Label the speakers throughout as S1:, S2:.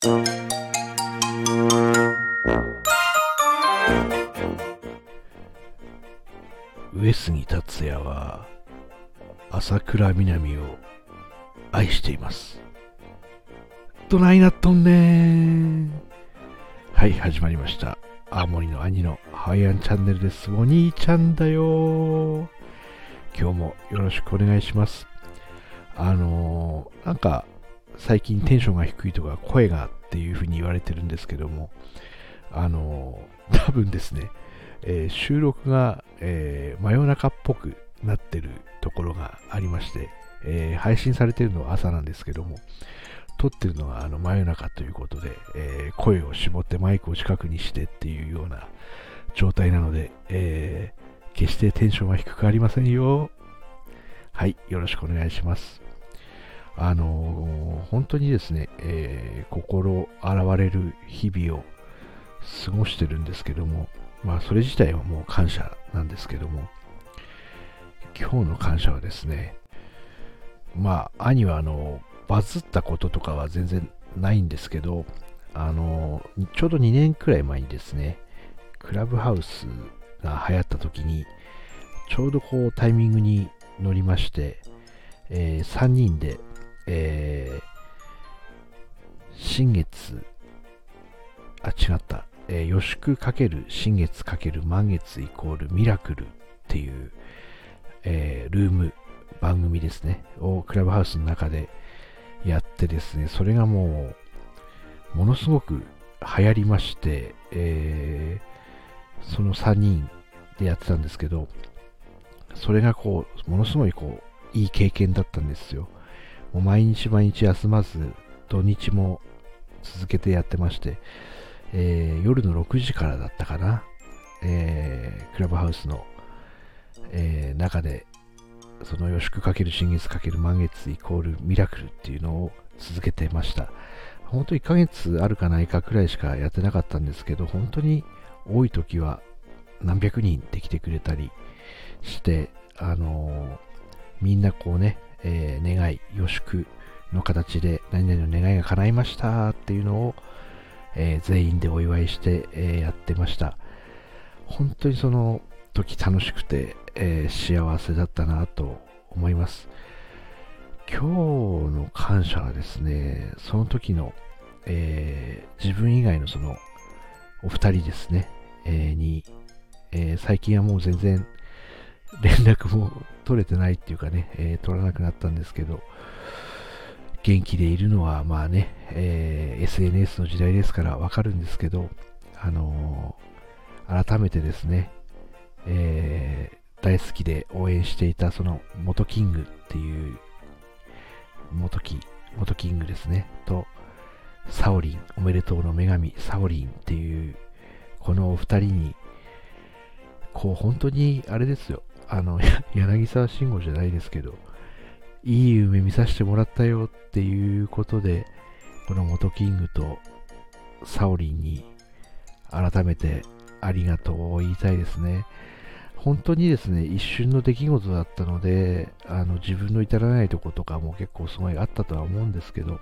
S1: 上杉達也は朝倉みなみを愛しています。どないなっとんねー。はい、始まりました。青森の兄のハワイアンチャンネルです。お兄ちゃんだよー。今日もよろしくお願いします。なんか最近テンションが低いとか声がっていう風に言われてるんですけども、多分ですね、収録が、真夜中っぽくなってるところがありまして、配信されてるのは朝なんですけども、撮ってるのは真夜中ということで、声を絞ってマイクを近くにしてっていうような状態なので、決してテンションは低くありませんよ。はい、よろしくお願いします。本当にですね、心洗われる日々を過ごしてるんですけども、まあそれ自体はもう感謝なんですけども、今日の感謝はですね、まあ兄はバズったこととかは全然ないんですけど、ちょうど2年くらい前にですね、クラブハウスが流行った時にちょうどこうタイミングに乗りまして、3人で、新月違った、予祝×新月×満月イコールミラクルっていう、ルーム番組ですねをクラブハウスの中でやってですね、それがものすごく流行りまして、その3人でやってたんですけど、それがこうものすごいこういい経験だったんですよ。もう毎日毎日休まず土日も続けてやってまして、夜の6時からだったかな、クラブハウスの、中でその予祝×新月×満月イコールミラクルっていうのを続けてました。本当1ヶ月あるかないかくらいしかやってなかったんですけど、本当に多い時は何百人で来てくれたりして、みんなこうね、願い、予祝の形で何々の願いが叶いましたっていうのを、全員でお祝いして、やってました。本当にその時楽しくて、幸せだったなと思います。今日の感謝はですね、その時の、自分以外のそのお二人ですね、に、最近はもう全然連絡も取れてないっていうかね、取らなくなったんですけど、元気でいるのはまあね、SNS の時代ですからわかるんですけど、改めてですね、大好きで応援していたその元キングっていう元キングですねとサオリン、おめでとうの女神サオリンっていうこのお二人にこう本当にあれですよ、柳沢慎吾じゃないですけど、いい夢見させてもらったよっていうことで、この元キングとサオリンに改めてありがとうを言いたいですね。本当にですね、一瞬の出来事だったので、自分の至らないところとかも結構すごいあったとは思うんですけど、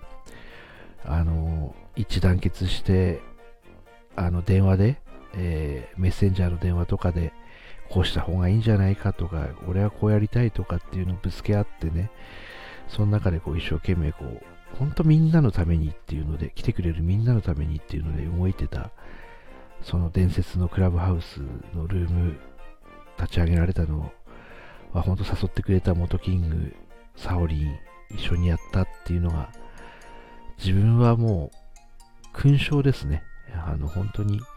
S1: 一致団結して、電話で、メッセンジャーの電話とかで、こうした方がいいんじゃないかとか、俺はこうやりたいとかっていうのをぶつけ合ってね、その中でこう一生懸命こう、本当みんなのためにっていうので、来てくれるみんなのためにっていうので動いてた、その伝説のクラブハウスのルーム立ち上げられたのは、本当誘ってくれた元キング、サオリン、一緒にやったっていうのが、自分はもう勲章ですね。本当に、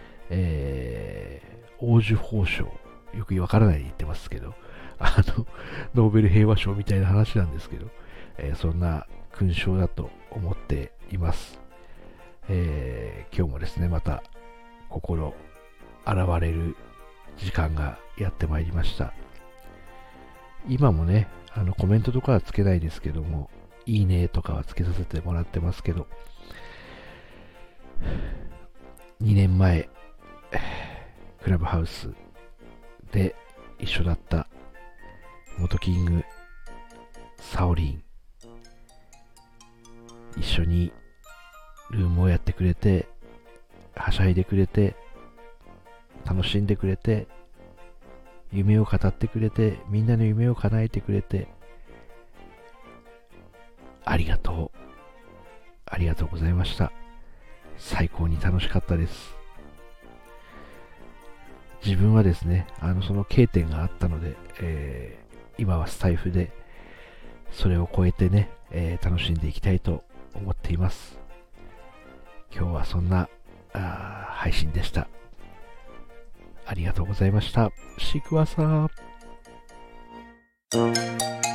S1: 黄綬褒章、よくわからないで言ってますけど、ノーベル平和賞みたいな話なんですけど、そんな勲章だと思っています。今日もですね、また心洗われる時間がやってまいりました。今もね、コメントとかはつけないですけども、いいねとかはつけさせてもらってますけど、2年前、クラブハウスで一緒だった元キングサオリン、一緒にルームをやってくれて、はしゃいでくれて、楽しんでくれて、夢を語ってくれて、みんなの夢を叶えてくれて、ありがとう。ありがとうございました。最高に楽しかったです。自分はですね、その経験があったので、今はスタイフで、それを超えてね、楽しんでいきたいと思っています。今日はそんな配信でした。ありがとうございました。シークワーサー。